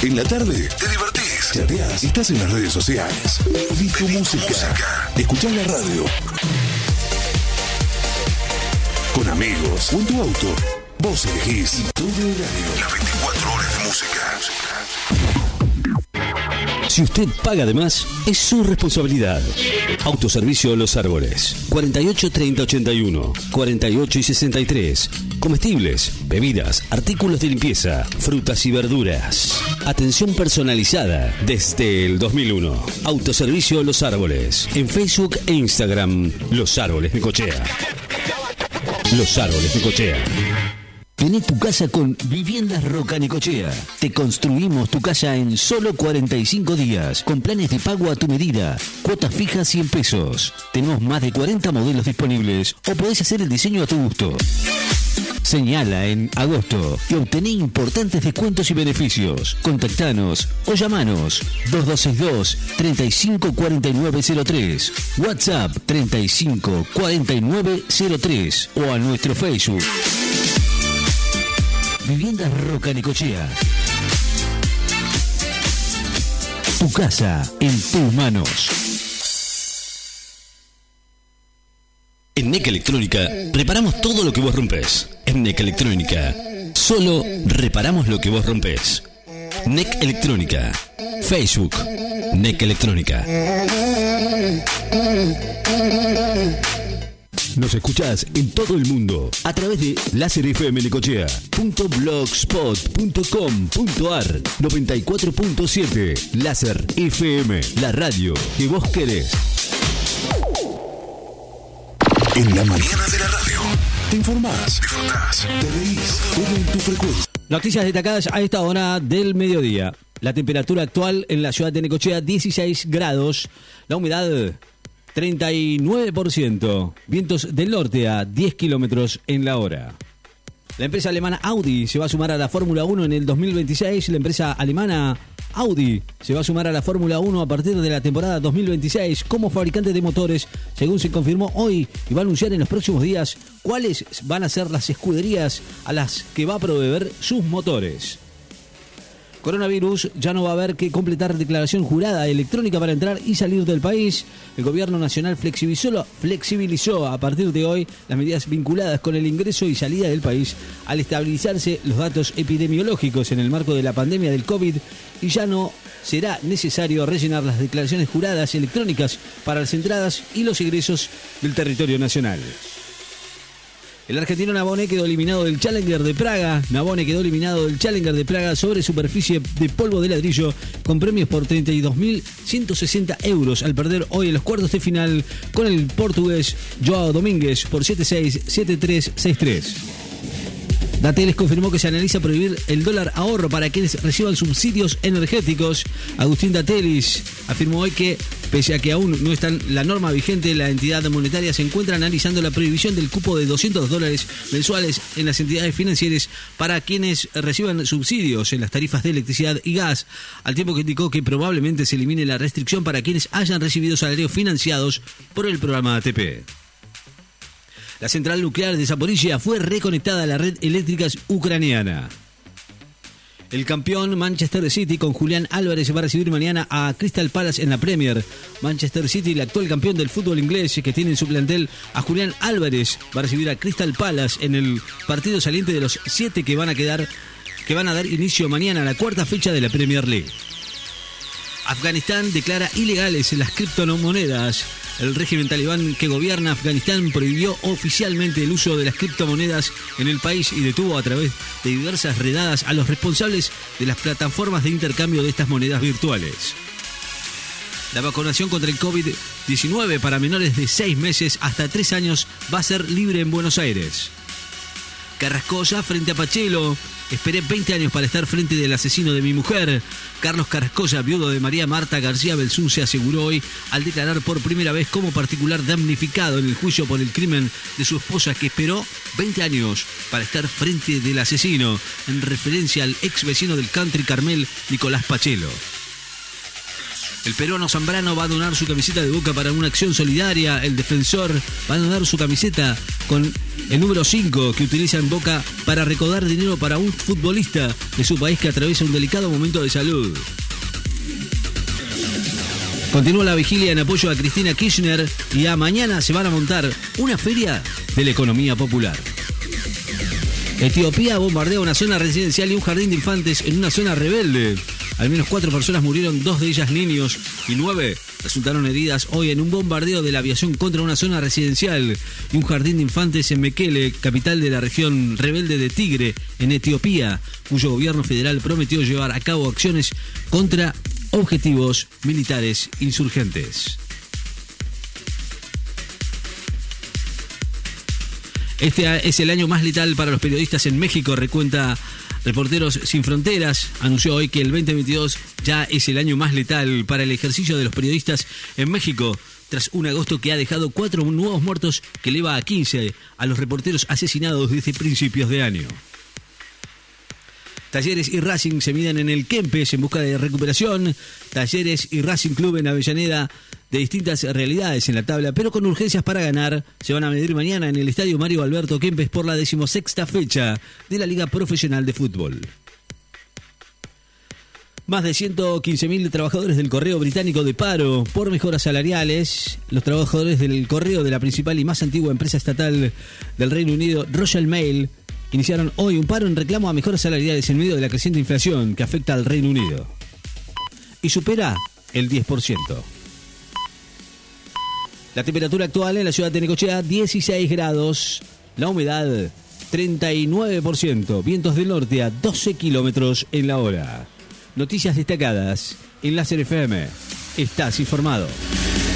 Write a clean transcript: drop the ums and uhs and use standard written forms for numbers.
En la tarde te divertís, chateás, estás en las redes sociales. Pedí tu música. Escuchás la radio. Con amigos o en tu auto. Vos elegís y todo el año. Las 24 horas de música. Si usted paga de más, es su responsabilidad. Autoservicio Los Árboles. 48 30 81, 48 y 63. Comestibles, bebidas, artículos de limpieza, frutas y verduras. Atención personalizada desde el 2001. Autoservicio Los Árboles. En Facebook e Instagram, Los Árboles Necochea. Los Árboles Necochea. Tenés tu casa con Viviendas Roca Necochea. Te construimos tu casa en solo 45 días, con planes de pago a tu medida, cuotas fijas 100 pesos. Tenemos más de 40 modelos disponibles o podés hacer el diseño a tu gusto. Señala en agosto y obtené importantes descuentos y beneficios. Contactanos o llamanos 2262-354903, WhatsApp 354903 o a nuestro Facebook. Viviendas Roca Necochea. Tu casa en tus manos. En NEC Electrónica reparamos todo lo que vos rompés. En NEC Electrónica solo reparamos lo que vos rompés. NEC Electrónica. Facebook NEC Electrónica. Nos escuchás en todo el mundo a través de láserfmnecochea.blogspot.com.ar 94.7 Láser FM, la radio que vos querés. En la mañana de la radio. Te informás, disfrutás, te reís, todo en tu frecuencia. Noticias destacadas a esta hora del mediodía. La temperatura actual en la ciudad de Necochea, 16 grados. La humedad, 39%. Vientos del norte a 10 kilómetros en la hora. La empresa alemana Audi se va a sumar a la Fórmula 1 en el 2026. La empresa alemana Audi se va a sumar a la Fórmula 1 a partir de la temporada 2026 como fabricante de motores, según se confirmó hoy, y va a anunciar en los próximos días cuáles van a ser las escuderías a las que va a proveer sus motores. Coronavirus, ya no va a haber que completar declaración jurada electrónica para entrar y salir del país. El gobierno nacional flexibilizó a partir de hoy las medidas vinculadas con el ingreso y salida del país al estabilizarse los datos epidemiológicos en el marco de la pandemia del COVID, y ya no será necesario rellenar las declaraciones juradas electrónicas para las entradas y los ingresos del territorio nacional. El argentino Navone quedó eliminado del Challenger de Praga. Navone quedó eliminado del Challenger de Praga sobre superficie de polvo de ladrillo con premios por 32.160 euros al perder hoy en los cuartos de final con el portugués Joao Domínguez por 7-6, 7-3, 6-3. Dateles confirmó que se analiza prohibir el dólar ahorro para quienes reciban subsidios energéticos. Agustín Dateles afirmó hoy que, pese a que aún no está la norma vigente, la entidad monetaria se encuentra analizando la prohibición del cupo de $200 mensuales en las entidades financieras para quienes reciban subsidios en las tarifas de electricidad y gas, al tiempo que indicó que probablemente se elimine la restricción para quienes hayan recibido salarios financiados por el programa ATP. La central nuclear de Zaporizhia fue reconectada a la red eléctrica ucraniana. El campeón Manchester City con Julián Álvarez va a recibir mañana a Crystal Palace en la Premier. Manchester City, el actual campeón del fútbol inglés, que tiene en su plantel a Julián Álvarez, va a recibir a Crystal Palace en el partido saliente de los 7 que van a dar inicio mañana a la cuarta fecha de la Premier League. Afganistán declara ilegales las criptomonedas. El régimen talibán que gobierna Afganistán prohibió oficialmente el uso de las criptomonedas en el país y detuvo a través de diversas redadas a los responsables de las plataformas de intercambio de estas monedas virtuales. La vacunación contra el COVID-19 para menores de 6 meses hasta 3 años va a ser libre en Buenos Aires. Carrascosa frente a Pachelo. Esperé 20 años para estar frente del asesino de mi mujer. Carlos Carrascosa, viudo de María Marta García Belzún, se aseguró hoy al declarar por primera vez como particular damnificado en el juicio por el crimen de su esposa, que esperó 20 años para estar frente del asesino, en referencia al ex vecino del country Carmel, Nicolás Pachelo. El peruano Zambrano va a donar su camiseta de Boca para una acción solidaria. El defensor va a donar su camiseta con el número 5 que utiliza en Boca para recaudar dinero para un futbolista de su país que atraviesa un delicado momento de salud. Continúa la vigilia en apoyo a Cristina Kirchner y a mañana se van a montar una feria de la economía popular. Etiopía bombardea una zona residencial y un jardín de infantes en una zona rebelde. Al menos 4 personas murieron, 2 de ellas niños y 9 resultaron heridas hoy en un bombardeo de la aviación contra una zona residencial y un jardín de infantes en Mekele, capital de la región rebelde de Tigre, en Etiopía, cuyo gobierno federal prometió llevar a cabo acciones contra objetivos militares insurgentes. Este es el año más letal para los periodistas en México, recuenta Reporteros Sin Fronteras. Anunció hoy que el 2022 ya es el año más letal para el ejercicio de los periodistas en México, tras un agosto que ha dejado 4 nuevos muertos que eleva a 15 a los reporteros asesinados desde principios de año. Talleres y Racing se miden en el Kempes en busca de recuperación. Talleres y Racing Club en Avellaneda, de distintas realidades en la tabla, pero con urgencias para ganar, se van a medir mañana en el Estadio Mario Alberto Kempes por la 16ª fecha de la Liga Profesional de Fútbol. Más de 115.000 trabajadores del correo británico de paro por mejoras salariales. Los trabajadores del correo de la principal y más antigua empresa estatal del Reino Unido, Royal Mail, iniciaron hoy un paro en reclamo a mejoras salariales en medio de la creciente inflación que afecta al Reino Unido y supera el 10%. La temperatura actual en la ciudad de Necochea, 16 grados. La humedad, 39%. Vientos del norte a 12 kilómetros en la hora. Noticias destacadas en Láser FM. Estás informado.